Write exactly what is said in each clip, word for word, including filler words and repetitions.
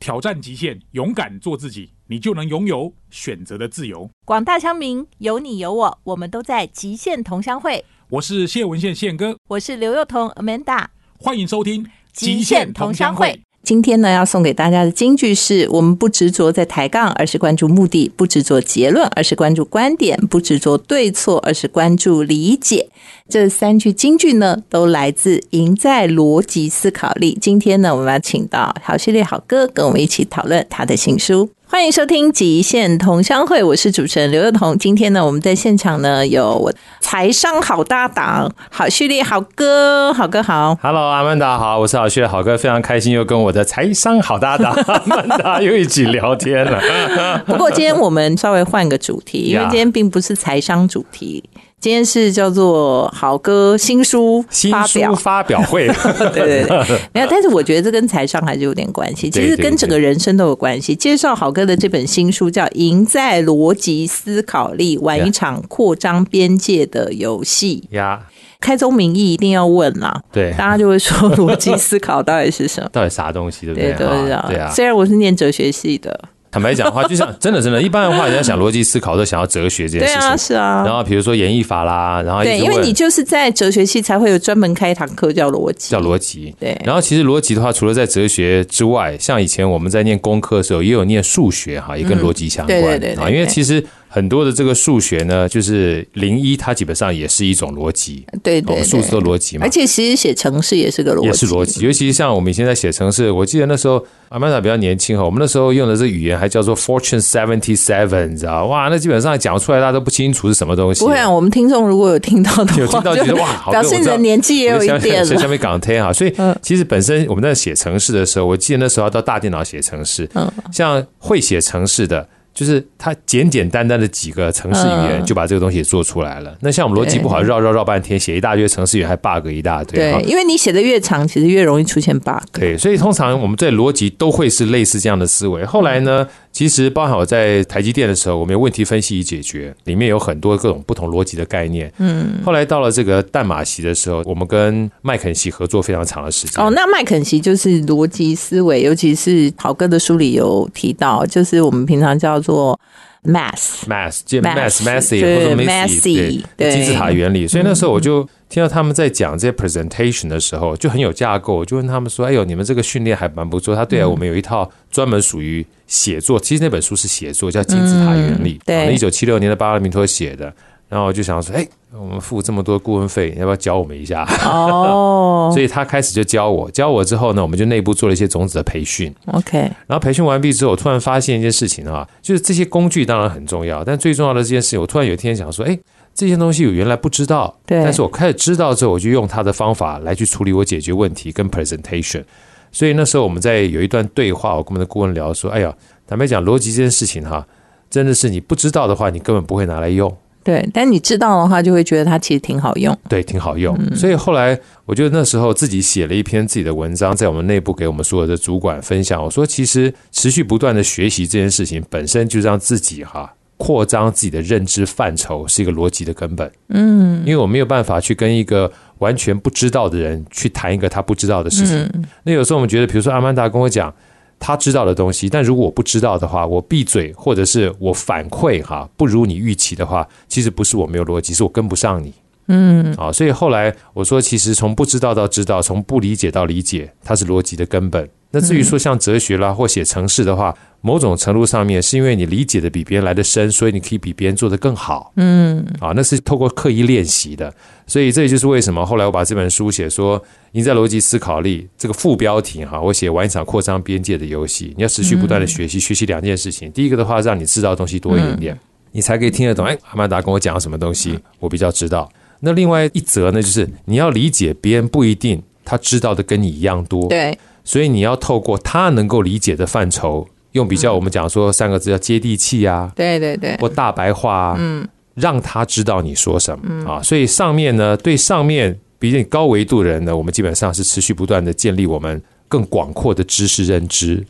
挑战极限，勇敢做自己，你就能拥有选择的自由。 广大乡民，有你有我，我们都在极限同乡会。 我是谢文宪宪哥， 我是刘幼彤 Amanda， 欢迎收听极限同乡会。今天呢，要送给大家的金句是：我们不执着在抬杠，而是关注目的；不执着结论，而是关注观点；不执着对错，而是关注理解。这三句金句呢，都来自赢在逻辑思考力。今天呢，我们要请到好系列好哥跟我们一起讨论他的新书。欢迎收听极限同乡会，我是主持人刘幼彤。今天呢，我们在现场呢有我财商好搭档好序列好哥，好哥好。 Hello， 阿曼达好，我是好序列好哥，非常开心又跟我的财商好搭档阿曼达又一起聊天了。 不过今天我们稍微换个主题，因为今天并不是财商主题，今天是叫做好哥新书发表新书发表会。 对对对，没有，但是我觉得这跟财商还是有点关系，其实跟整个人生都有关系。介绍好哥的这本新书叫《赢在逻辑思考力：玩一场扩张边界的游戏》 呀。 开宗明义一定要问啦， 对， 大家就会说逻辑思考到底是什么？ 到底啥东西，对不对？ 对对啊，对啊。 虽然我是念哲学系的。 坦白讲的话，就像真的真的，一般的话，人家想逻辑思考都想要哲学这件事情， 对啊，是啊。 然后比如说演绎法啦，然后对，因为你就是在哲学系才会有专门开一堂课叫逻辑， 叫逻辑。 对。 然后其实逻辑的话，除了在哲学之外，像以前我们在念工科的时候，也有念数学哈，也跟逻辑相关。 嗯、对, 对, 对, 对, 对， 因为其实很多的这个数学呢，就是零一，它基本上也是一种逻辑。 对 对, 对， 数字的逻辑嘛。 而且其实写程式也是个逻辑， 也是逻辑。尤其像我们以前在写程式，我记得那时候阿曼达比较年轻哈，我们那时候用的这个语言还叫做 Fortune seventy-seven， 你知道哇？那基本上讲出来大家都不清楚是什么东西。 不会啊，我们听众如果有听到的话， 有听到觉得哇， 表示你的年纪也有一点了。 下面港天哈，所以其实本身我们在写程式的时候，我记得那时候要到大电脑写程式，嗯，像会写程式的。就是它简简单单的几个程式语言就把这个东西做出来了。嗯、那像我们逻辑不好，绕绕绕半天，写一大堆程式语言还 bug 一大堆。 对，因为你写的越长，其实越容易出现 bug。 对，所以通常我们在逻辑都会是类似这样的思维。后来呢，其实包含我在台积电的时候，我们有问题分析与解决，里面有很多各种不同逻辑的概念。嗯。后来到了这个淡马锡的时候，我们跟麦肯锡合作非常长的时间。 哦，那麦肯锡就是逻辑思维，尤其是好哥的书里有提到，就是我们平常叫做Math Math Math Math 或者 Math 对金字塔原理，所以那时候我就听到他们在讲这些 presentation 的时候就很有架构，我就问他们说：“哎呦，你们这个训练还蛮不错。”他对啊，我们有一套专门属于写作，其实那本书是写作，叫金字塔原理，对，一九七六年的巴拉米托写的。然后我就想说，哎，我们付这么多顾问费，要不要教我们一下？哦，所以他开始就教我，教我之后呢，我们就内部做了一些种子的培训。 OK， 然后培训完毕之后，我突然发现一件事情啊，就是这些工具当然很重要，但最重要的这件事情，我突然有一天想说，哎，这些东西我原来不知道，对，但是我开始知道之后，我就用他的方法来去处理我解决问题跟 presentation。所以那时候我们在有一段对话，我跟我们的顾问聊说，哎呀，坦白讲，逻辑这件事情哈，真的是你不知道的话，你根本不会拿来用。 对，但你知道的话，就会觉得它其实挺好用。 对，挺好用。嗯、所以后来，我就那时候自己写了一篇自己的文章，在我们内部给我们所有的主管分享。我说，其实持续不断的学习这件事情，本身就让自己哈扩张自己的认知范畴，是一个逻辑的根本。嗯，因为我没有办法去跟一个完全不知道的人去谈一个他不知道的事情。嗯、那有时候我们觉得，比如说阿曼达跟我讲他知道的东西，但如果我不知道的话，我闭嘴或者是我反馈哈不如你预期的话，其实不是我没有逻辑，是我跟不上你。嗯，啊，所以后来我说，其实从不知道到知道，从不理解到理解，它是逻辑的根本。那至于说像哲学啦或写程式的话，某种程度上面是因为你理解的比别人来的深，所以你可以比别人做得更好。嗯，啊，那是透过刻意练习的。所以这也就是为什么后来我把这本书写说赢在逻辑思考力这个副标题哈，我写玩一场扩张边界的游戏。你要持续不断的学习，学习两件事情。第一个的话，让你知道的东西多一点点，你才可以听得懂。哎，阿曼达跟我讲什么东西，我比较知道。那另外一则呢，就是你要理解别人不一定他知道的跟你一样多。对。所以你要透过他能够理解的范畴，用比较我们讲说三个字叫接地气啊，对对对，或大白话啊，嗯，让他知道你说什么、嗯、啊。所以上面呢，对上面比你高维度的人呢，我们基本上是持续不断的建立我们更广阔的知识认知。对，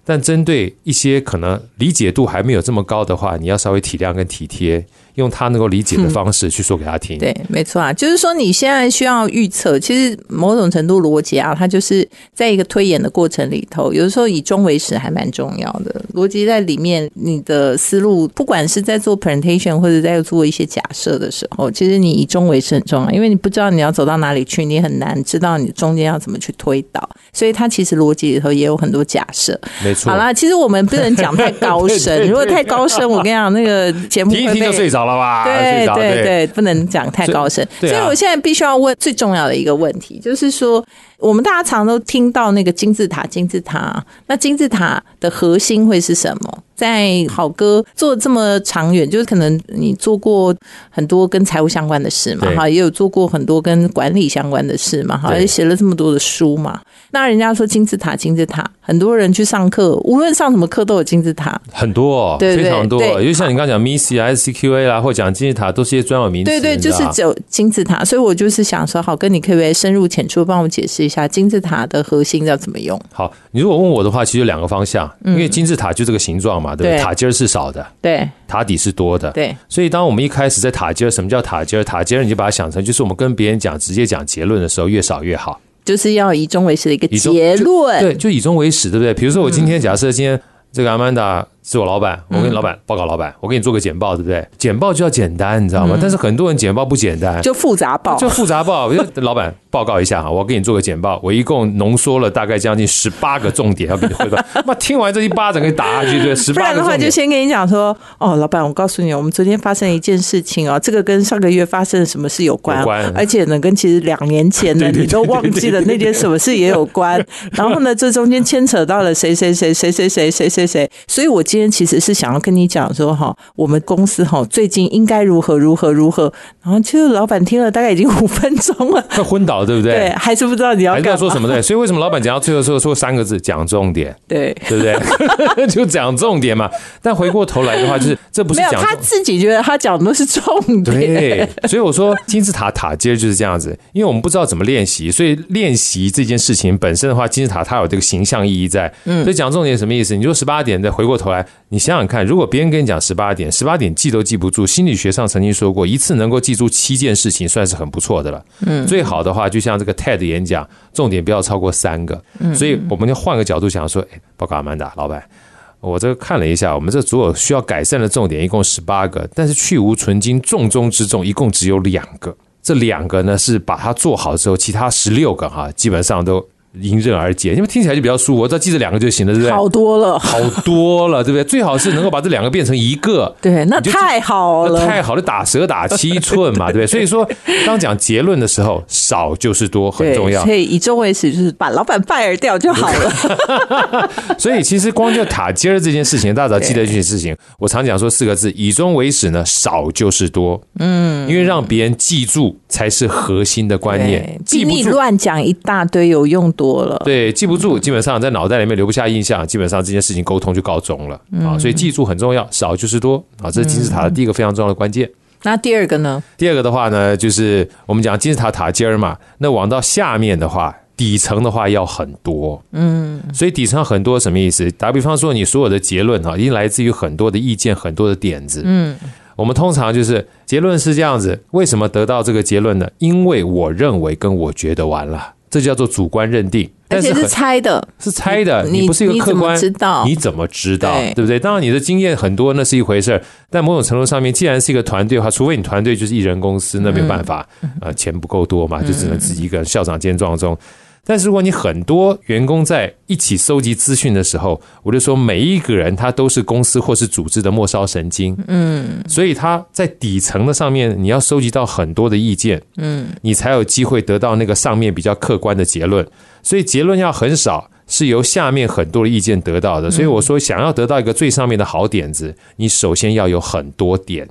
但针对一些可能理解度还没有这么高的话，你要稍微体谅跟体贴，用他能够理解的方式去说给他听。 嗯、对，没错啊，就是说你现在需要预测，其实某种程度逻辑啊，它就是在一个推演的过程里头，有的时候以终为始还蛮重要的。逻辑在里面，你的思路不管是在做 presentation 或者在做一些假设的时候，其实你以终为始很重要，因为你不知道你要走到哪里去，你很难知道你中间要怎么去推导，所以它其实逻辑里头也有很多假设。 没错。 好啦，其实我们不能讲太高深，对对对对，如果太高深，我跟你讲，那个节目会被听一听就睡着了吧？ 对对 对, 对，不能讲太高深。所以, 所以我现在必须要问最重要的一个问题，就是说，我们大家常都听到那个金字塔，金字塔，那金字塔的核心会是什么？在好哥做这么长远，就是可能你做过很多跟财务相关的事嘛，哈，也有做过很多跟管理相关的事嘛，哈，也写了这么多的书嘛。那人家说金字塔，金字塔，很多人去上课，无论上什么课都有金字塔， 很多、哦， 对对对， 非常多。就像你刚刚讲 M I C 啊、S C Q A 啦，或讲金字塔，都是一些专有名词。 对对，就是只有金字塔。所以我就是想说，好，跟你可不可以深入浅出帮我解释一下金字塔的核心要怎么用？ 好，你如果问我的话，其实有两个方向，因为金字塔就这个形状嘛，对不对？ 对， 塔尖是少的， 对， 塔底是多的， 对。 所以当我们一开始在塔尖，什么叫塔尖？塔尖你就把它想成就是我们跟别人讲直接讲结论的时候，越少越好， 就是要以终为始的一个结论。 对，就以终为始，对不对？比如说我今天假设今天这个阿曼达是我老板，我跟老板报告，老板，我给你做个简报，对不对？简报就要简单，你知道吗？嗯、但是很多人简报不简单， 就复杂报， 就复杂报。老板报告一下哈，我给你做个简报，我一共浓缩了大概将近十八个重点要给你汇报。那听完这一巴掌给你打下去，对，十八个重点。不然的话， 就先跟你讲说，哦，老板，我告诉你，我们昨天发生了一件事情哦，这个跟上个月发生了什么事有关，有关而且呢，跟其实两年前呢，你都忘记了那件什么事也有关。然后呢，这中间牵扯到了谁谁谁谁谁谁谁谁谁，所以我今天其实是想要跟你讲说哈，我们公司哈最近应该如何如何如何。然后其实老板听了大概已经五分钟了， 快昏倒，对不对？ 对，还是不知道你要干嘛， 还是要说什么对。所以为什么老板讲到最后说说三个字，讲重点， 对， 对不对？就讲重点嘛。但回过头来的话，就是这不是讲没有他自己觉得他讲的都是重点。 对，所以我说金字塔塔尖就是这样子，因为我们不知道怎么练习，所以练习这件事情本身的话，金字塔它有这个形象意义在。嗯，所以讲重点什么意思？你说十八点，再回过头来，你想想看，如果别人跟你讲十八点，十八点记都记不住，心理学上曾经说过，一次能够记住七件事情算是很不错的了。嗯，最好的话就像这个 T E D 演讲，重点不要超过三个。嗯，所以我们就换个角度想说，哎，报告阿曼达老板，我这个看了一下，我们这所有需要改善的重点一共十八个，但是去无存精，重中之重一共只有两个。这两个呢是把它做好之后，其他十六个哈基本上都迎刃而解，因为听起来就比较舒服，我只要记这两个就行了，对不对？ 好多了， 好多了，对不对？最好是能够把这两个变成一个， 对，那太好了， 太好了，打蛇打七寸嘛，对不对？所以说，当讲结论的时候，少就是多，很重要。 所以以终为始，就是把老板 fire 掉就好了。 所以其实光就塔尖这件事情，大家只要记得这件事情，我常讲说四个字：以终为始呢，少就是多。嗯，因为让别人记住才是核心的观念， 比你乱讲一大堆有用多了。 对，记不住，基本上在脑袋里面留不下印象，基本上这件事情沟通就告终了、嗯、啊。所以记住很重要，少就是多啊，这是金字塔的第一个非常重要的关键。 那第二个呢？ 第二个的话呢，就是我们讲金字塔塔尖嘛，那往到下面的话，底层的话要很多。嗯，所以底层很多什么意思？打比方说，你所有的结论啊，已经来自于很多的意见，很多的点子。嗯。我们通常就是结论是这样子，为什么得到这个结论呢？因为我认为跟我觉得完了，这叫做主观认定， 而且是猜的， 是猜的，你不是一个客观， 你怎么知道？ 你怎么知道？对，对不对？当然你的经验很多那是一回事，但某种程度上面，既然是一个团队的话，除非你团队就是一人公司，那没有办法，嗯呃、钱不够多嘛，就只能自己一个人校长兼撞钟。但是如果你很多员工在一起收集资讯的时候，我就说每一个人他都是公司或是组织的末梢神经，嗯，所以他在底层的上面你要收集到很多的意见，嗯，你才有机会得到那个上面比较客观的结论。所以结论要很少，是由下面很多的意见得到的。所以我说想要得到一个最上面的好点子，你首先要有很多点子。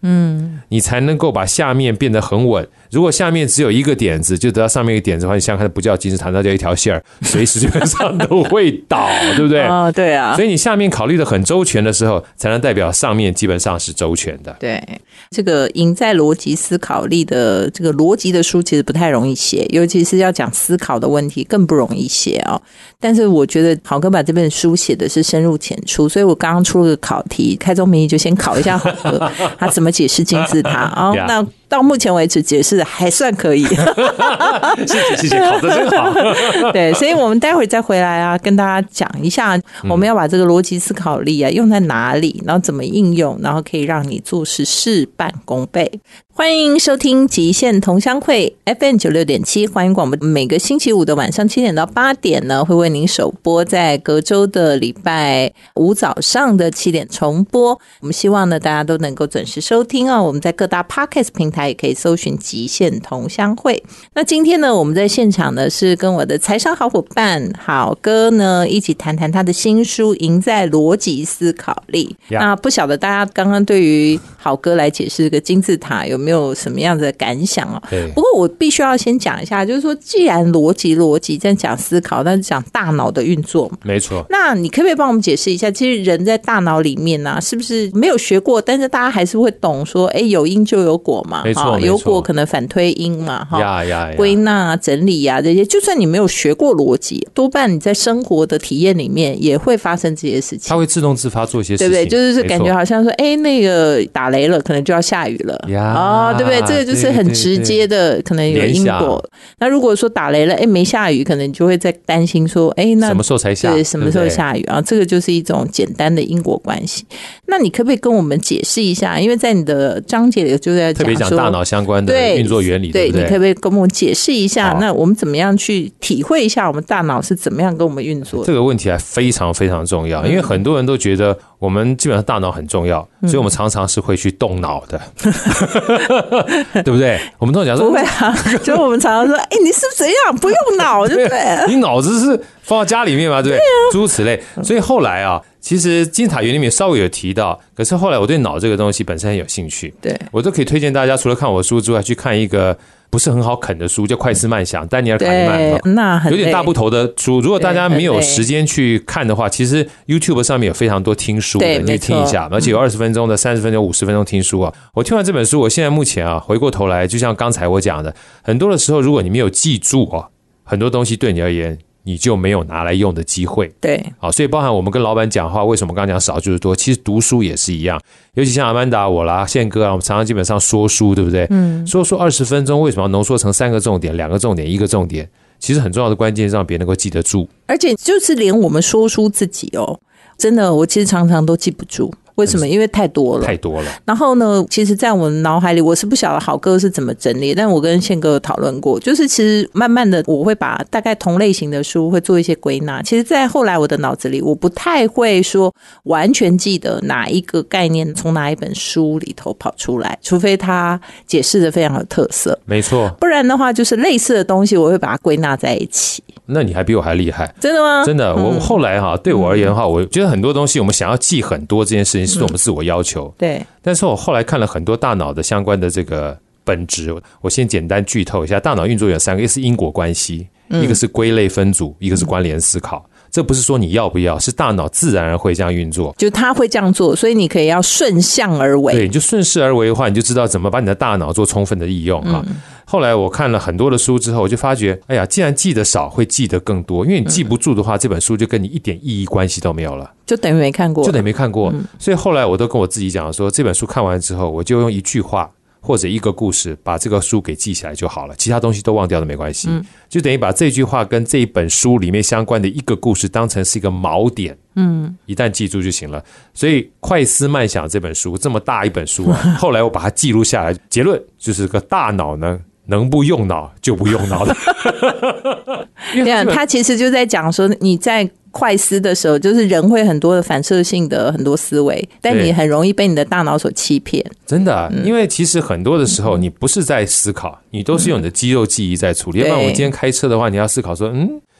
嗯，你才能够把下面变得很稳。如果下面只有一个点子，就得到上面一个点子的话，你想想看，不叫金字塔，那叫一条线儿，随时基本上都会倒，对不对？ 哦，对啊。 所以你下面考虑的很周全的时候，才能代表上面基本上是周全的。 对，这个赢在逻辑思考力的这个逻辑的书其实不太容易写，尤其是要讲思考的问题更不容易写哦。但是我觉得好哥把这本书写的是深入浅出，所以我刚刚出了个考题，开宗明义就先考一下好哥他怎么解释金字塔啊、哦？ Yeah. 那到目前为止解释的还算可以。 谢谢谢谢，考得真好。 对，所以我们待会儿再回来啊，跟大家讲一下我们要把这个逻辑思考力啊用在哪里，然后怎么应用，然后可以让你做事事半功倍。欢迎收听极限同乡会 F M 九十六点七，欢迎广播，每个星期五的晚上七点到八点呢，会为您首播，在隔周的礼拜五早上的七点重播。我们希望呢，大家都能够准时收听哦。我们在各大 Podcast 平台也可以搜寻极限同乡会。那今天呢，我们在现场呢是跟我的财商好伙伴好哥呢一起谈谈他的新书《赢在逻辑思考力》。Yeah. 那不晓得大家刚刚对于好哥来解释这个金字塔有没有什么样的感想啊？不过我必须要先讲一下，就是说，既然逻辑逻辑在讲思考，那是讲大脑的运作嘛， 没错。 那你可不可以帮我们解释一下，其实人在大脑里面呢、啊，是不是没有学过，但是大家还是会懂说，哎，有因就有果嘛， 没错， 有果可能反推因嘛，哈， 呀呀， 归纳、整理啊这些，就算你没有学过逻辑，多半你在生活的体验里面也会发生这些事情， 它会自动自发做一些事情， 对不对？就是感觉好像说，哎，那个打雷了，可能就要下雨了，哦，对不对？这个就是很直接的，可能有因果。那如果说打雷了，哎，没下雨，可能你就会在担心说，哎，那什么时候才下？ 对，什么时候下雨啊？这个就是一种简单的因果关系。那你可不可以跟我们解释一下？因为在你的章节里就在讲说， 特别讲大脑相关的运作原理，对不对？ 对，你可不可以跟我们解释一下？那我们怎么样去体会一下我们大脑是怎么样跟我们运作的？ 这个问题还非常非常重要，因为很多人都觉得我们基本上大脑很重要，所以我们常常是会去动脑的，对不对？我们都讲说不会啊，就我们常常说，哎，你是不是怎样不用脑，对不对？ 你脑子是放到家里面嘛，对不对？诸如此类。所以后来啊，其实金字塔原理里面稍微有提到，可是后来我对脑这个东西本身很有兴趣， 对我都可以推荐大家，除了看我的书之外，去看一个不是很好啃的书，叫《快思慢想》，丹尼尔·卡尼曼， 那很有点大部头的书。如果大家没有时间去看的话，其实 YouTube 上面有非常多听书的，你可以听一下，而且有二十分钟的、三十分钟、五十分钟听书啊。我听完这本书，我现在目前啊，回过头来，就像刚才我讲的，很多的时候，如果你没有记住啊，很多东西对你而言，你就没有拿来用的机会。 对， 好，所以包含我们跟老板讲话，为什么刚刚讲少就是多？其实读书也是一样，尤其像阿曼达我啦、宪哥啊，我们常常基本上说书，对不对？嗯，说书二十分钟，为什么要浓缩成三个重点、两个重点、一个重点？其实很重要的关键是让别人能够记得住， 而且就是连我们说书自己哦，真的，我其实常常都记不住。为什么？因为太多了， 太多了。 然后呢，其实在我脑海里，我是不晓得好哥是怎么整理，但我跟宪哥有讨论过，就是其实慢慢的，我会把大概同类型的书会做一些归纳。其实，在后来我的脑子里，我不太会说完全记得哪一个概念从哪一本书里头跑出来，除非他解释的非常有特色， 没错。 不然的话，就是类似的东西，我会把它归纳在一起。 那你还比我还厉害， 真的吗？ 真的，我后来哈，对我而言的话，我觉得很多东西我们想要记很多这件事情，是我们自我要求。 对， 但是我后来看了很多大脑的相关的这个本质，我先简单剧透一下，大脑运作有三个，一个是因果关系，一个是归类分组，一个是关联思考。这不是说你要不要，是大脑自然而会这样运作， 就他会这样做，所以你可以要顺向而为。 对，你就顺势而为的话，你就知道怎么把你的大脑做充分的利用哈。嗯，后来我看了很多的书之后，我就发觉，哎呀，既然记得少，会记得更多，因为你记不住的话，这本书就跟你一点意义关系都没有了， 就等于没看过， 就等于没看过。嗯，所以后来我都跟我自己讲说，这本书看完之后，我就用一句话或者一个故事把这个书给记起来就好了，其他东西都忘掉都没关系。嗯，就等于把这句话跟这一本书里面相关的一个故事当成是一个锚点，嗯，一旦记住就行了。所以快思慢想这本书这么大一本书啊，后来我把它记录下来，结论就是个大脑呢能不用脑就不用脑的。 对啊，他其实就在讲说你在快思的时候，就是人会很多的反射性的很多思维，但你很容易被你的大脑所欺骗。 真的，嗯，因为其实很多的时候你不是在思考，你都是用你的肌肉记忆在处理。要不然我今天开车的话，你要思考说，嗯，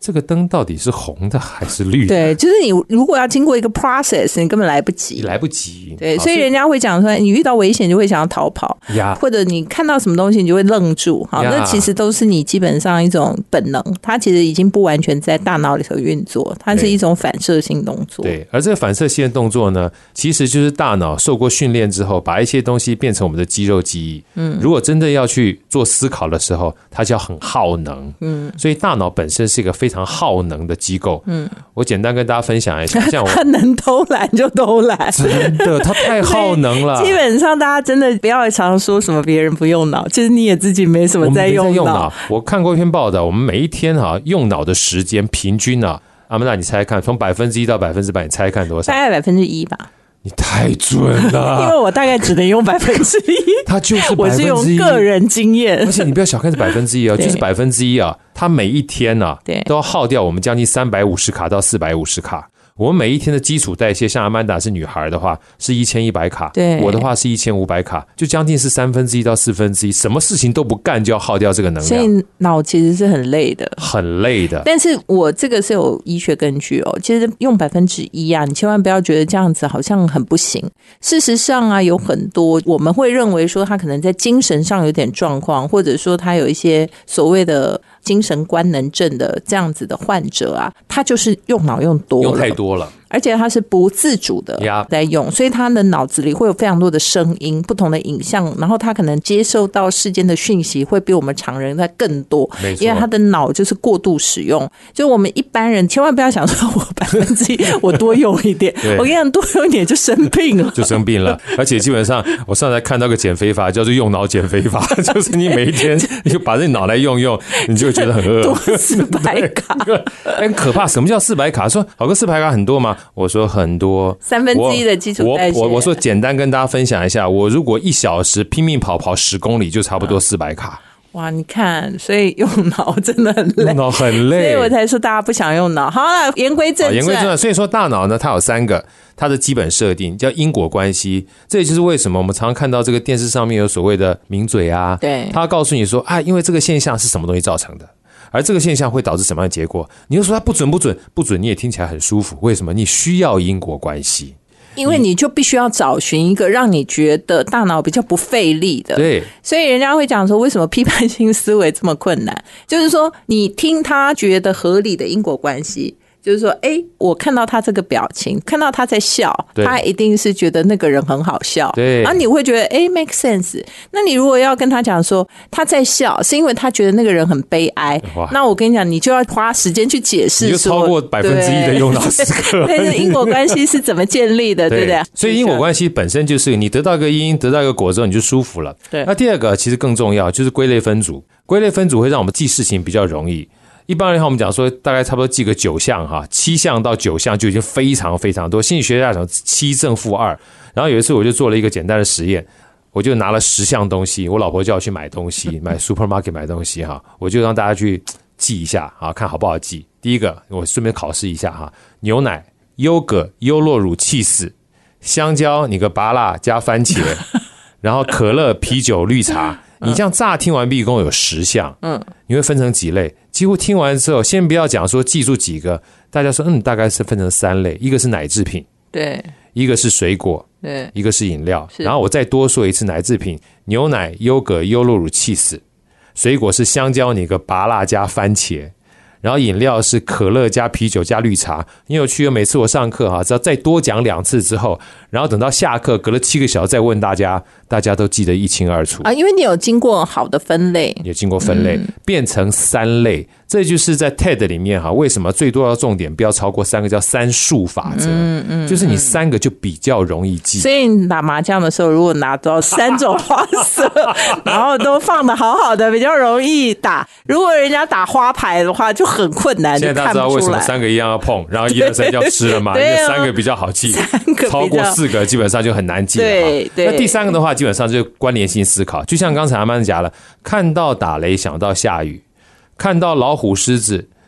这个灯到底是红的还是绿的？ 对，就是你如果要经过一个 process， 你根本来不及， 来不及。 对，所以人家会讲说，你遇到危险就会想要逃跑，或者你看到什么东西你就会愣住。好，那其实都是你基本上一种本能，它其实已经不完全在大脑里头运作，它是一种反射性动作。 对，而这个反射性的动作呢，其实就是大脑受过训练之后，把一些东西变成我们的肌肉记忆。嗯，如果真的要去做思考的时候，它就要很耗能。嗯，所以大脑本身是一个非常耗能的机构。嗯，我简单跟大家分享一下，像我它能偷懒就偷懒， 真的，它太耗能了。 基本上大家真的不要常说什么别人不用脑，其实你也自己没什么在用 脑, 用脑。 我看过一篇报道，我们每一天哈、啊、用脑的时间平均啊，阿曼达你猜看，从百分之一到百分之百，你猜看多少？ 大概百分之一吧。 你太准了， 因为我大概只能用百分之一， 它就是我是用个人经验， 而且你不要小看这百分之一啊，就是百分之一啊，它每一天啊，都要耗掉我们将近三百五十卡到四百五十卡。我们每一天的基础代谢，像阿曼达是女孩的话，是一千一百卡， 对， 我的话是一千五百卡，就将近是三分之一到四分之一，什么事情都不干就要耗掉这个能量， 所以脑其实是很累的， 很累的。 但是我这个是有医学根据哦，其实用百分之一啊，你千万不要觉得这样子好像很不行。事实上啊，有很多我们会认为说他可能在精神上有点状况，或者说他有一些所谓的精神官能症的这样子的患者啊，他就是用脑用多了， 用太多了， 而且他是不自主的在用，所以他的脑子里会有非常多的声音、不同的影像，然后他可能接受到世间的讯息会比我们常人在更多，因为他的脑就是过度使用。就我们一般人千万不要想说我百分之一我多用一点，我跟你讲多用一点就生病了， 就生病了。而且基本上我上次看到个减肥法叫做用脑减肥法，就是你每一天你就把这脑来用用，你就会觉得很饿， 多四百卡， 很可怕。什么叫四百卡？说好个四百卡很多吗？我说很多， 三分之一的基础代谢。 我 我, 我说简单跟大家分享一下，我如果一小时拼命跑跑十公里，就差不多四百卡。 哇，你看，所以用脑真的很累， 用脑很累， 所以我才说大家不想用脑。好了，言归正传， 言归正传。所以说大脑呢，它有三个它的基本设定，叫因果关系。这也就是为什么我们常常看到这个电视上面有所谓的名嘴啊， 对， 他告诉你说啊，因为这个现象是什么东西造成的。而这个现象会导致什么样的结果？你就说它不准不准不准，你也听起来很舒服。为什么？你需要因果关系， 因为你就必须要找寻一个让你觉得大脑比较不费力的。 对， 所以人家会讲说，为什么批判性思维这么困难？就是说，你听他觉得合理的因果关系。就是说，哎，我看到他这个表情，看到他在笑，他一定是觉得那个人很好笑。 对， 然后你会觉得，哎 ，make sense。那你如果要跟他讲说他在笑，是因为他觉得那个人很悲哀，那我跟你讲，你就要花时间去解释， 你就超过百分之一的用脑时刻。 但是因果关系是怎么建立的，对不对？ 所以因果关系本身就是你得到一个因，得到一个果之后，你就舒服了。 对。 那第二个其实更重要，就是归类分组。归类分组会让我们记事情比较容易。一般来讲，我们讲说大概差不多记个九项哈，七项到九项就已经非常非常多。心理学家讲七正负二。然后有一次我就做了一个简单的实验，我就拿了十项东西，我老婆叫我去买东西，买 supermarket 买东西哈，我就让大家去记一下啊，看好不好记。第一个，我顺便考试一下哈，牛奶、优格、优酪乳、起司、香蕉，你个芭乐加番茄，然后可乐、啤酒、绿茶。你这样乍听完毕，一共有十项，嗯，你会分成几类？几乎听完之后，先不要讲说记住几个，大家说嗯，大概是分成三类，一个是奶制品， 对， 一个是水果， 对， 一个是饮料。然后我再多说一次，奶制品、牛奶、优格、优酪乳、起司；水果是香蕉、你个芭乐加番茄。然后饮料是可乐加啤酒加绿茶。很有趣，每次我上课哈，只要再多讲两次之后，然后等到下课隔了七个小时再问大家，大家都记得一清二楚啊，因为你有经过好的分类， 有经过分类，嗯、变成三类。这就是在 T E D 里面哈，为什么最多要重点不要超过三个，叫三数法则，嗯嗯、就是你三个就比较容易记。 所以你打麻将的时候，如果拿到三种花色，然后都放得好好的，比较容易打。如果人家打花牌的话，就很困难。 现在大家知道为什么三个一样要碰，然后一二三要吃了嘛？因为三个比较好记，超过四个基本上就很难记了。 对对。 那第三个的话，基本上就是关联性思考，就像刚才阿曼讲了，看到打雷想到下雨。看到老虎狮子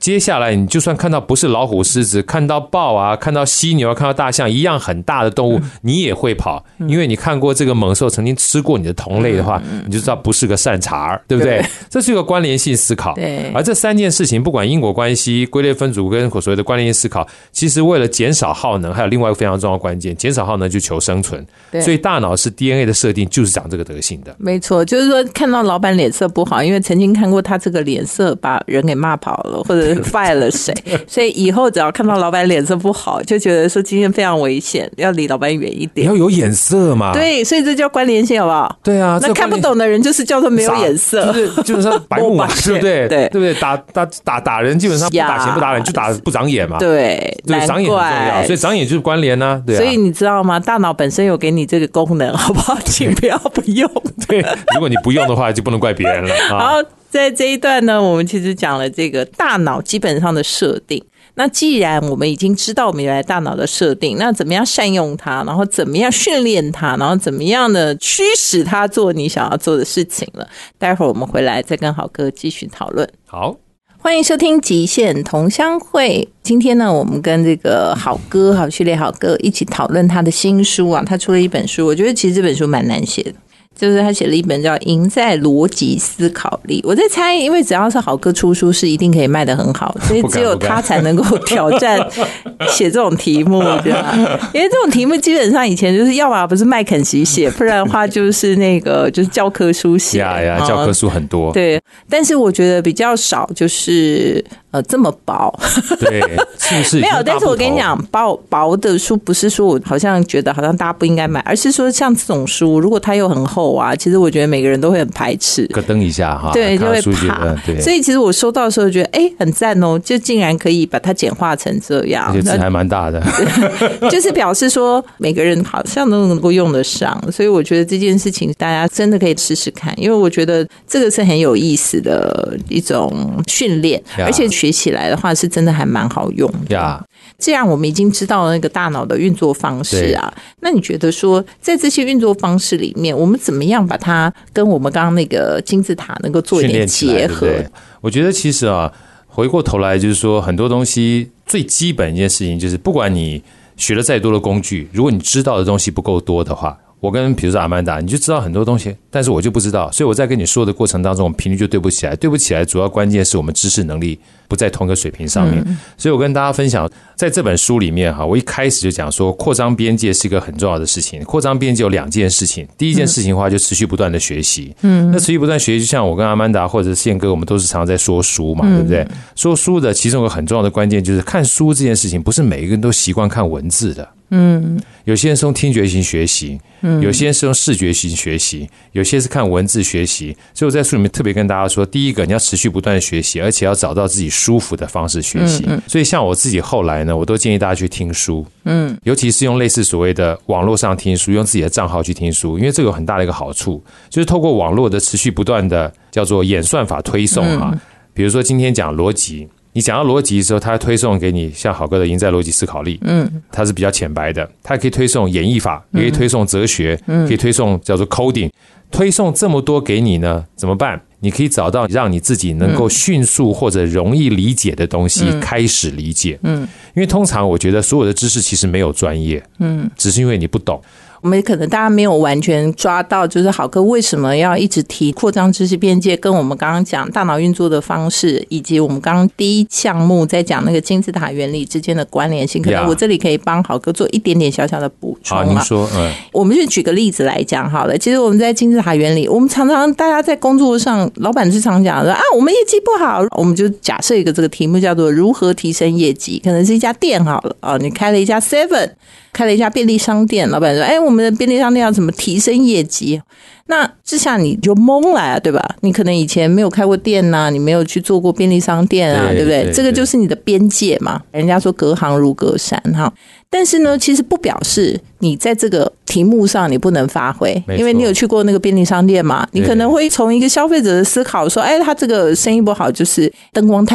接下来你就算看到不是老虎狮子，看到豹啊，看到犀牛，看到大象一样很大的动物，你也会跑，因为你看过这个猛兽曾经吃过你的同类的话，你就知道不是个善茬儿，对不对？这是一个关联性思考。 对， 而这三件事情不管因果关系、归类分组跟所谓的关联性思考，其实为了减少耗能还有另外一个非常重要的关键，减少耗能就求生存。所以大脑是 D N A 的设定就是长这个德性的。 没错，就是说看到老板脸色不好，因为曾经看过他这个脸色把人给骂跑了或者 fire 了谁，所以以后只要看到老板脸色不好，就觉得说今天非常危险，要离老板远一点。 你要有眼色嘛。 对，所以这叫关联性，好不好？ 对啊， 那看不懂的人就是叫做没有眼色， 就是基本上白目嘛，对不对？ 对， 对不对？打打打打人基本上不打钱不打人，就打不长眼嘛。 对， 对，长眼很重要，所以长眼就是关联啊。对啊， 所以你知道吗？大脑本身有给你这个功能，好不好？请不要不用。 对，如果你不用的话，就不能怪别人了。 然后在这一段呢，我们其实讲了这个大脑基本上的设定。那既然我们已经知道我们原来大脑的设定，那怎么样善用它，然后怎么样训练它，然后怎么样的驱使它做你想要做的事情了？待会儿我们回来再跟好哥继续讨论。 好， 欢迎收听极限同乡会。今天呢，我们跟这个好哥好序列好哥一起讨论他的新书啊，他出了一本书，我觉得其实这本书蛮难写的。就是他写了一本叫《赢在逻辑思考力》，我在猜，因为只要是好哥出书，是一定可以卖得很好，所以只有他才能够挑战写这种题目，对吧？因为这种题目基本上以前就是要么不是麦肯锡写，不然的话就是那个就是教科书写， 呀呀，教科书很多， 对。但是我觉得比较少，就是呃这么薄， 对，是不是？ 没有，但是我跟你讲，薄薄的书不是说我好像觉得好像大家不应该买，而是说像这种书，如果它又很厚啊，其实我觉得每个人都会很排斥， 咯噔一下哈， 对，就会怕。 对， 所以其实我收到的时候觉得，哎，很赞哦，就竟然可以把它简化成这样， 而且字还蛮大的， 就是表示说每个人好像都能够用得上，所以我觉得这件事情大家真的可以试试看，因为我觉得这个是很有意思的一种训练，而且学起来的话是真的还蛮好用的。 呀， 这样我们已经知道了那个大脑的运作方式啊，那你觉得说在这些运作方式里面，我们怎么样把它跟我们刚刚那个金字塔能够做一点结合？ 对对，我觉得其实啊，回过头来就是说，很多东西最基本一件事情就是，不管你学了再多的工具，如果你知道的东西不够多的话，我跟比如说阿曼达，你就知道很多东西，但是我就不知道，所以我在跟你说的过程当中，我们频率就对不起来，对不起来，主要关键是我们知识能力不在同一个水平上面。嗯、所以我跟大家分享，在这本书里面哈，我一开始就讲说，扩张边界是一个很重要的事情。扩张边界有两件事情，第一件事情的话，就持续不断的学习。嗯，那持续不断学习，就像我跟阿曼达或者宪哥，我们都是常常在说书嘛，对不对？说书的其中有个很重要的关键就是看书这件事情，不是每一个人都习惯看文字的。嗯，有些人是用听觉型学习，嗯，有些人是用视觉型学习，有些是看文字学习。所以我在书里面特别跟大家说，第一个你要持续不断的学习，而且要找到自己舒服的方式学习。嗯嗯，所以像我自己后来呢，我都建议大家去听书，嗯，尤其是用类似所谓的网络上听书，用自己的账号去听书，因为这个有很大的一个好处，就是透过网络的持续不断的叫做演算法推送哈。嗯，比如说今天讲逻辑。你讲到逻辑的时候，它推送给你像好哥的赢在逻辑思考力，嗯，它是比较浅白的，它可以推送演绎法，也可以推送哲学，嗯，可以推送叫做 coding， 推送这么多给你呢，怎么办？你可以找到让你自己能够迅速或者容易理解的东西，开始理解，嗯，因为通常我觉得所有的知识其实没有专业，嗯，只是因为你不懂。 我们可能大家没有完全抓到，就是好哥为什么要一直提扩张知识边界，跟我们刚刚讲大脑运作的方式，以及我们刚刚第一项目在讲那个金字塔原理之间的关联性。可能我这里可以帮好哥做一点点小小的补充。 好，您说，嗯， 我们就举个例子来讲好了。其实我们在金字塔原理，我们常常大家在工作上，老板是常讲说啊，我们业绩不好，我们就假设一个这个题目叫做如何提升业绩，可能是一家店好了啊，你开了一家 seven。开了一家便利商店，老板说：“哎，我们的便利商店要怎么提升业绩？”那之下你就懵来了，对吧？你可能以前没有开过店呐、啊，你没有去做过便利商店啊， 对, 对不对? 对, 对，这个就是你的边界嘛。人家说隔行如隔山哈，但是呢，其实不表示你在这个题目上你不能发挥，因为你有去过那个便利商店嘛，你可能会从一个消费者的思考说：“哎，他这个生意不好，就是灯光太暗。”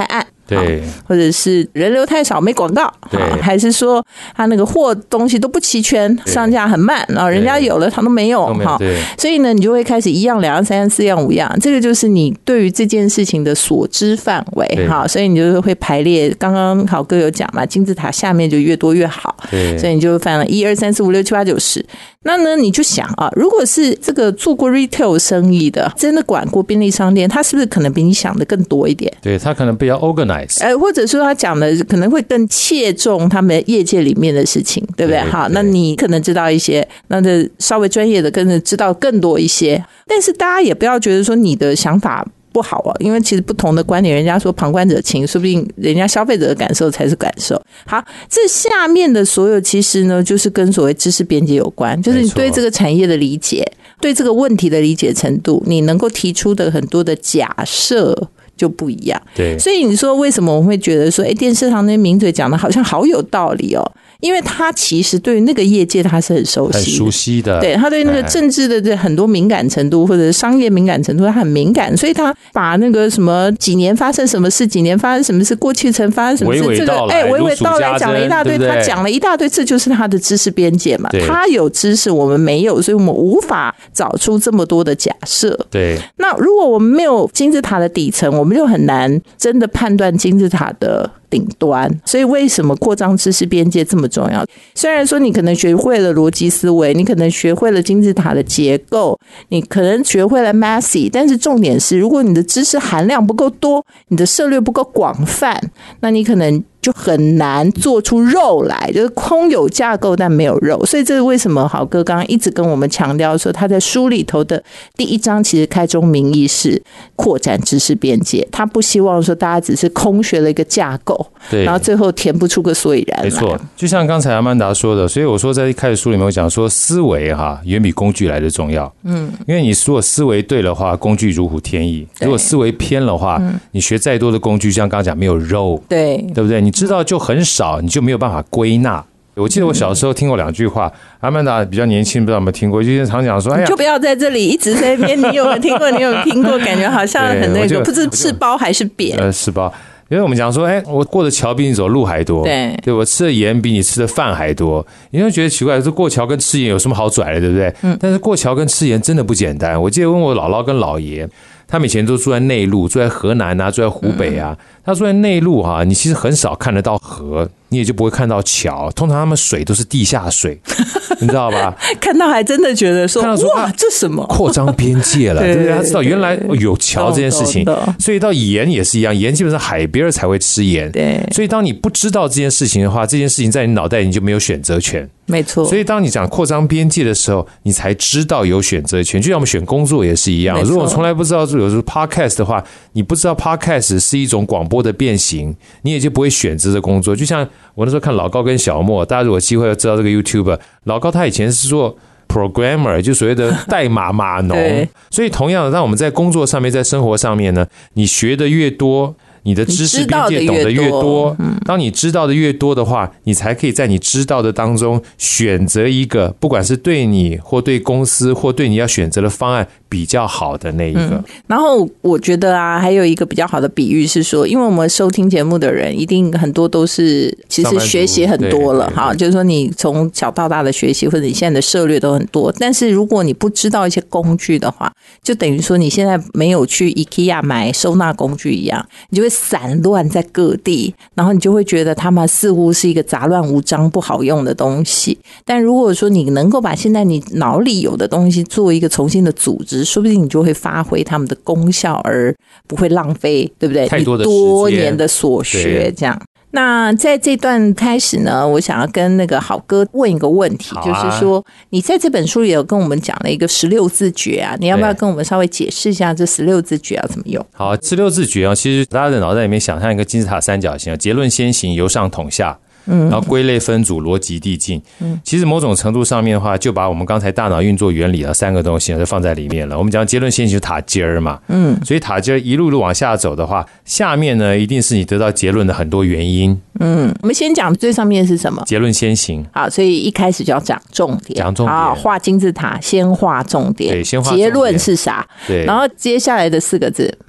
对， 或者是人流太少没广告， 对， 还是说他那个货东西都不齐全，上架很慢，然后人家有了他都没有，哈，所以呢，你就会开始一样、两样、三样、四样、五样，这个就是你对于这件事情的所知范围，哈，所以你就会排列。刚刚好哥有讲嘛，金字塔下面就越多越好，对，所以你就翻了一二三四五六七八九十。那呢，你就想啊，如果是这个做过 retail 生意的，真的管过便利商店，他是不是可能比你想的更多一点？ 对，他可能比较 organize， 呃，或者说他讲的可能会更切中他们业界里面的事情，对不对？好，那你可能知道一些，那这稍微专业的跟着知道更多一些，但是大家也不要觉得说你的想法不好啊，因为其实不同的观点，人家说旁观者清，说不定人家消费者的感受才是感受。好，这下面的所有其实呢，就是跟所谓知识边界有关，就是你对这个产业的理解，对这个问题的理解程度，你能够提出的很多的假设就不一样。 对， 所以你说为什么我会觉得说，哎，电视上那些名嘴讲的好像好有道理哦？因为他其实对于那个业界他是很熟悉的， 很熟悉的， 对，他对那个政治的很多敏感程度或者商业敏感程度他很敏感，所以他把那个什么几年发生什么事，几年发生什么事，过去曾发生什么事， 娓娓这个哎娓娓道来讲了一大堆， 对对， 他讲了一大堆，这就是他的知识边界嘛。他有知识我们没有，所以我们无法找出这么多的假设。 对， 那如果我们没有金字塔的底层，我们就很难真的判断金字塔的顶端。所以为什么扩张知识边界这么重要？虽然说你可能学会了逻辑思维，你可能学会了金字塔的结构，你可能学会了 Massey， 但是重点是，如果你的知识含量不够多，你的涉猎不够广泛，那你可能就很难做出肉来，就是空有架构但没有肉。所以这是为什么好哥刚刚一直跟我们强调说，他在书里头的第一章其实开宗明义是扩展知识边界，他不希望说大家只是空学了一个架构，对，然后最后填不出个所以然来。 没错，就像刚才阿曼达说的，所以我说在一开始书里面我讲说，思维哈远比工具来的重要。嗯，因为你如果思维对的话，工具如虎添翼；如果思维偏的话，嗯，你学再多的工具，像刚刚讲没有肉，对，对不对？你知道就很少，你就没有办法归纳。我记得我小时候听过两句话，阿曼达比较年轻，不知道有没有听过，就是常讲说，哎呀， 就不要在这里一直在那边，你有没有听过？你有没有听过？感觉好像很那个，不知是包还是扁？ 呃，是包。因为我们讲说，哎，我过的桥比你走路还多，对，对，我吃的盐比你吃的饭还多，你就觉得奇怪，说过桥跟吃盐有什么好拽的，对不对？嗯。但是过桥跟吃盐真的不简单。我记得问我姥姥跟姥爷，他们以前都住在内陆，住在河南啊，住在湖北啊。嗯，他住在内陆哈、啊，你其实很少看得到河，你也就不会看到桥，通常他们水都是地下水，你知道吧？ 看到还真的觉得说，看到说哇，这什么扩张边界了，对不对？他知道原来有桥这件事情，所以到盐也是一样，盐基本上海边才会吃盐，对。所以当你不知道这件事情的话，这件事情在你脑袋里你就没有选择权。 没错， 所以当你讲扩张边界的时候，你才知道有选择权。就像我们选工作也是一样，如果我从来不知道有时候 podcast 的话，你不知道 podcast 是一种广播的变形，你也就不会选择这工作。就像我那时候看老高跟小莫，大家如果有机会知道这个 YouTuber， 老高他以前是做 programmer， 就所谓的代码码农。所以同样的，当我们在工作上面，在生活上面呢，你学的越多，你的知识边界懂得越多，当你知道的越多的话，你才可以在你知道的当中选择一个不管是对你或对公司或对你要选择的方案比较好的那一个、嗯、 然后我觉得啊，还有一个比较好的比喻是说，因为我们收听节目的人一定很多都是其实学习很多了哈，就是说你从小到大的学习或者你现在的涉猎都很多，但是如果你不知道一些工具的话，就等于说你现在没有去 IKEA 买收纳工具一样，你就会散乱在各地，然后你就会觉得他们似乎是一个杂乱无章不好用的东西。但如果说你能够把现在你脑里有的东西做一个重新的组织，说不定你就会发挥他们的功效，而不会浪费，对不对？ 太多的多年的所学这样。那在这段开始呢，我想要跟那个好哥问一个问题、啊、就是说你在这本书也有跟我们讲了一个十六字诀啊，你要不要跟我们稍微解释一下这十六字诀要怎么用？ 好，十六字诀啊，其实大家的脑袋里面想象一个金字塔三角形，结论先行，由上统下，嗯，然后归类分组，逻辑递进。嗯，其实某种程度上面的话，就把我们刚才大脑运作原理的三个东西就放在里面了。我们讲结论先行就塔尖儿嘛，嗯，所以塔尖儿一路路往下走的话，下面呢一定是你得到结论的很多原因。 嗯，我们先讲最上面是什么？ 结论先行。 好，所以一开始就要讲重点， 讲重点。 好，画金字塔，先画重点。 对，先画重点。结论是啥？ 对， 然后接下来的四个字。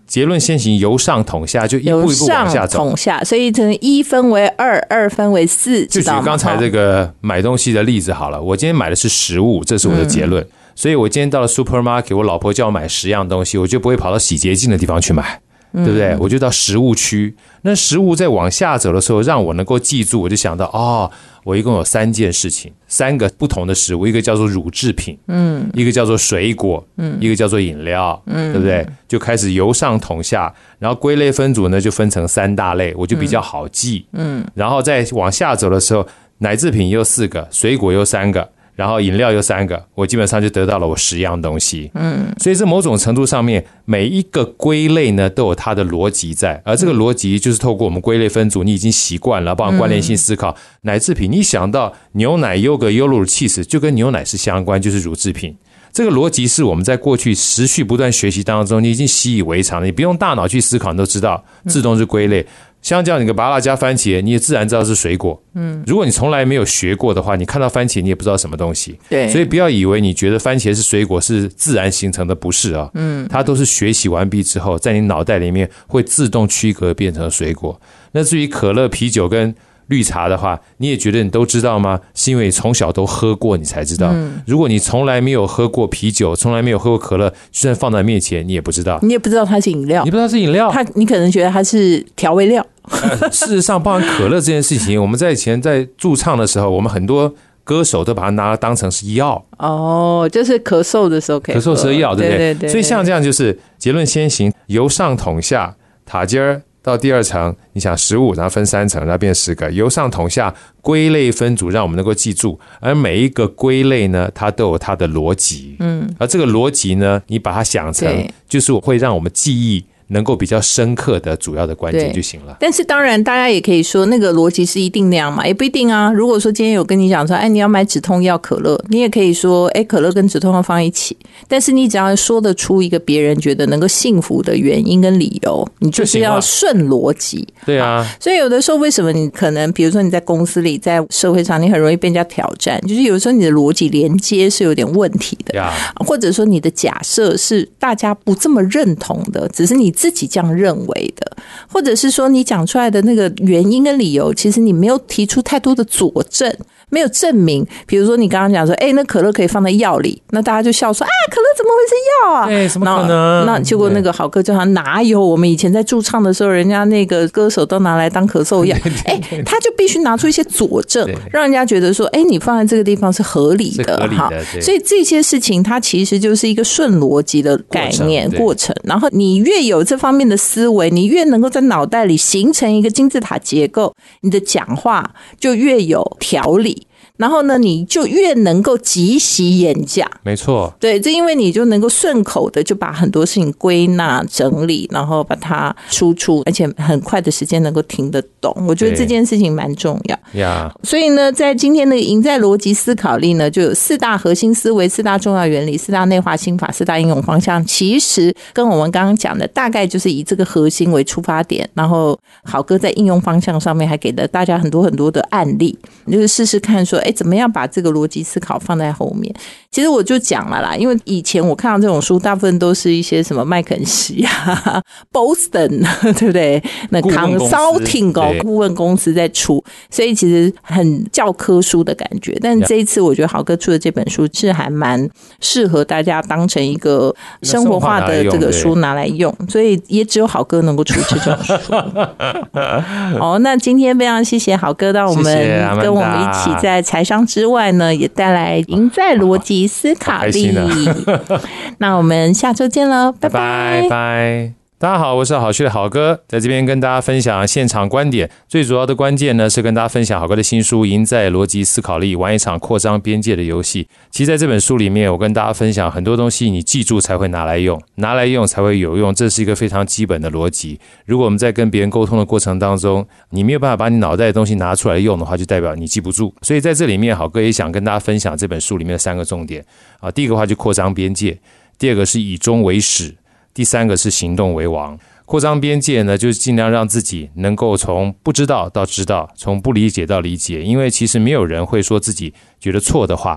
结论先行，由上统下，就一步一步往下走。 统下，所以可能一分为二，二分为四。 就举刚才这个买东西的例子好了，我今天买的是食物，这是我的结论。嗯、所以我今天到了 supermarket， 我老婆叫我买十样东西，我就不会跑到洗洁精的地方去买。对不对？我就到食物区，那食物在往下走的时候，让我能够记住，我就想到哦，我一共有三件事情，三个不同的食物，一个叫做乳制品，嗯，一个叫做水果，嗯，一个叫做饮料，嗯，对不对？就开始由上统下，然后归类分组呢，就分成三大类，我就比较好记，嗯，然后再往下走的时候，奶制品又四个，水果又三个。然后饮料有三个，我基本上就得到了我十样东西。嗯，所以在某种程度上面，每一个归类呢都有它的逻辑在，而这个逻辑就是透过我们归类分组，你已经习惯了，包含关联性思考。嗯、奶制品，你想到牛奶、优格、优酪乳、起司，就跟牛奶是相关，就是乳制品。这个逻辑是我们在过去持续不断学习当中，你已经习以为常了，你不用大脑去思考，你都知道，自动是归类。嗯，香蕉你个芭乐加番茄，你也自然知道是水果。嗯，如果你从来没有学过的话，你看到番茄你也不知道什么东西。对，所以不要以为你觉得番茄是水果是自然形成的，不是啊。嗯，它都是学习完毕之后，在你脑袋里面会自动区隔变成水果。那至于可乐、啤酒跟绿茶的话，你也觉得你都知道吗？是因为你从小都喝过，你才知道。嗯、如果你从来没有喝过啤酒，从来没有喝过可乐，就算放在面前，你也不知道。 你也不知道它是饮料， 你不知道是饮料， 它你可能觉得它是调味料。 呃、事实上，包含可乐这件事情，我们在以前在驻唱的时候，我们很多歌手都把它拿当成是药。 哦，就是咳嗽的时候可以喝， 咳嗽是药，对不对？ 对对对。 所以像这样就是结论先行，由上统下，塔尖儿。到第二层，你想十五，然后分三层，然后变十个，由上统下，归类分组，让我们能够记住。而每一个归类呢，它都有它的逻辑，嗯，而这个逻辑呢，你把它想成，就是会让我们记忆能够比较深刻的主要的关键就行了。 但是当然大家也可以说那个逻辑是一定那样嘛，也不一定啊。如果说今天有跟你讲说，哎，你要买止痛药可乐，你也可以说，哎，可乐跟止痛药放一起，但是你只要说得出一个别人觉得能够信服的原因跟理由，你就是要顺逻辑。 对啊， 所以有的时候为什么你可能比如说你在公司里在社会上你很容易被人家挑战，就是有时候你的逻辑连接是有点问题的， yeah. 或者说你的假设是大家不这么认同的，只是你自己这样认为的，或者是说你讲出来的那个原因跟理由，其实你没有提出太多的佐证，没有证明。比如说你刚刚讲说，哎、欸，那可乐可以放在药里，那大家就笑说啊，可乐怎么会是药啊？ 对，怎么可能？ 那结果那个好哥就他哪有？我们以前在驻唱的时候，人家那个歌手都拿来当咳嗽药，哎、欸，他就必须拿出一些佐证，让人家觉得说，哎、欸，你放在这个地方是合理的， 合理的。 所以这些事情它其实就是一个顺逻辑的概念过程，过程然后你越有这方面的思维，你越能够在脑袋里形成一个金字塔结构，你的讲话就越有条理，然后呢你就越能够即席演讲。 没错， 对，这因为你就能够顺口的就把很多事情归纳整理，然后把它输出，而且很快的时间能够听得懂。我觉得这件事情蛮重要呀。所以呢在今天的赢在逻辑思考力呢，就有四大核心思维，四大重要原理，四大内化心法，四大应用方向，其实跟我们刚刚讲的大概就是以这个核心为出发点，然后好哥在应用方向上面还给了大家很多很多的案例，就是试试看说，哎，怎么样把这个逻辑思考放在后面。其实我就讲了啦，因为以前我看到这种书大部分都是一些什么麦肯锡啊 Boston 对不对，那 consulting 顾问公司在出，所以其实很教科书的感觉。但这一次我觉得好哥出的这本书是还蛮适合大家当成一个生活化的这个书拿来用，所以也只有好哥能够出这种书好，那今天非常谢谢好哥到我们谢谢跟我们一起在财商之外呢也带来赢在逻辑思考力那我们下周见了，拜拜拜拜。大家好，我是好趣的好哥，在这边跟大家分享现场观点。最主要的关键呢，是跟大家分享好哥的新书《赢在逻辑思考力》，玩一场扩张边界的游戏。其实在这本书里面，我跟大家分享很多东西，你记住才会拿来用，拿来用才会有用，这是一个非常基本的逻辑。如果我们在跟别人沟通的过程当中，你没有办法把你脑袋的东西拿出来用的话，就代表你记不住。所以在这里面，好哥也想跟大家分享这本书里面的三个重点啊。第一个话就扩张边界，第二个是以终为始，第三个是行动为王。扩张边界呢，就是尽量让自己能够从不知道到知道，从不理解到理解。因为其实没有人会说自己觉得错的话，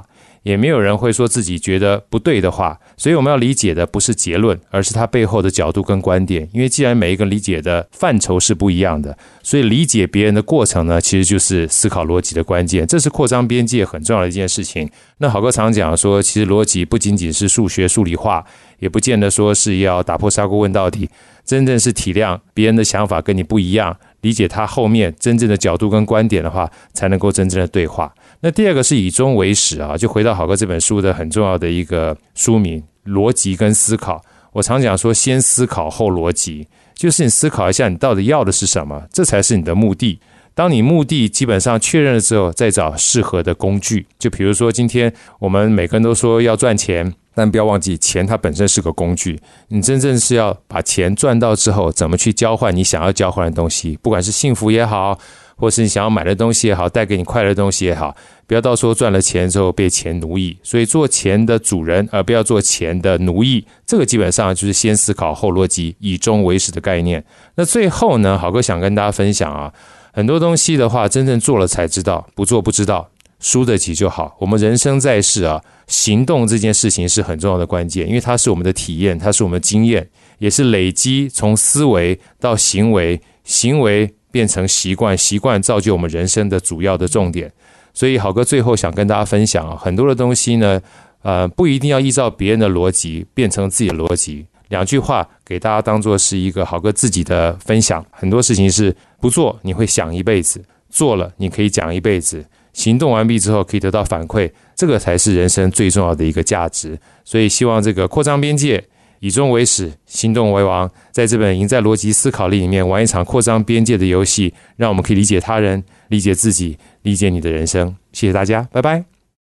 也没有人会说自己觉得不对的话，所以我们要理解的不是结论，而是它背后的角度跟观点。因为既然每一个理解的范畴是不一样的，所以理解别人的过程呢，其实就是思考逻辑的关键，这是扩张边界很重要的一件事情。那好哥常讲说，其实逻辑不仅仅是数学数理化，也不见得说是要打破砂锅问到底，真正是体谅别人的想法跟你不一样，理解他后面真正的角度跟观点的话，才能够真正的对话。那第二个是以终为始啊，就回到好哥这本书的很重要的一个书名，逻辑跟思考。我常讲说，先思考后逻辑，就是你思考一下你到底要的是什么，这才是你的目的。当你目的基本上确认了之后，再找适合的工具。就比如说今天我们每个人都说要赚钱，但不要忘记，钱它本身是个工具，你真正是要把钱赚到之后，怎么去交换你想要交换的东西，不管是幸福也好，或是你想要买的东西也好，带给你快乐的东西也好，不要到时候赚了钱之后被钱奴役。所以做钱的主人，而不要做钱的奴役，这个基本上就是先思考后逻辑，以终为始的概念。那最后呢，好哥想跟大家分享啊，很多东西的话，真正做了才知道，不做不知道，输得起就好。我们人生在世啊，行动这件事情是很重要的关键，因为它是我们的体验，它是我们的经验，也是累积从思维到行为，行为变成习惯，习惯造就我们人生的主要的重点。所以好哥最后想跟大家分享啊，很多的东西呢，呃，不一定要依照别人的逻辑变成自己的逻辑。两句话给大家当作是一个好哥自己的分享。很多事情是不做你会想一辈子，做了你可以讲一辈子，行动完毕之后可以得到反馈，这个才是人生最重要的一个价值。所以希望这个扩张边界，以终为始，行动为王，在这本赢在逻辑思考力里面玩一场扩张边界的游戏，让我们可以理解他人，理解自己，理解你的人生。谢谢大家，拜拜。